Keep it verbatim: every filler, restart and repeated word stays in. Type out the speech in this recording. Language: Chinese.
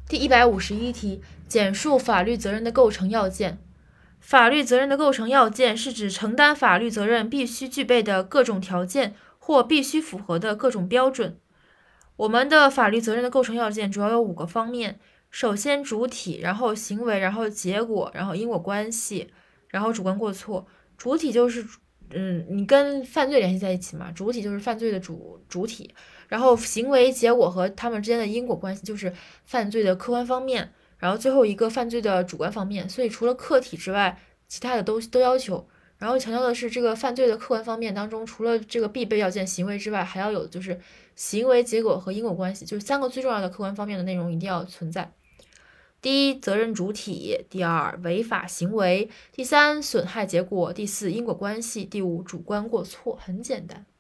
第一百五十一题，简述法律责任的构成要件。法律责任的构成要件是指承担法律责任必须具备的各种条件或必须符合的各种标准。我们的法律责任的构成要件主要有五个方面：首先主体，然后行为，然后结果，然后因果关系，然后主观过错。主体就是嗯，你跟犯罪联系在一起嘛，主体就是犯罪的主主体，然后行为结果和他们之间的因果关系就是犯罪的客观方面，然后最后一个犯罪的主观方面。所以除了客体之外，其他的都都要求。然后强调的是，这个犯罪的客观方面当中，除了这个必备要件行为之外，还要有就是行为结果和因果关系，就是三个最重要的客观方面的内容一定要存在。第一，责任主体；第二，违法行为；第三，损害结果；第四，因果关系；第五，主观过错。很简单。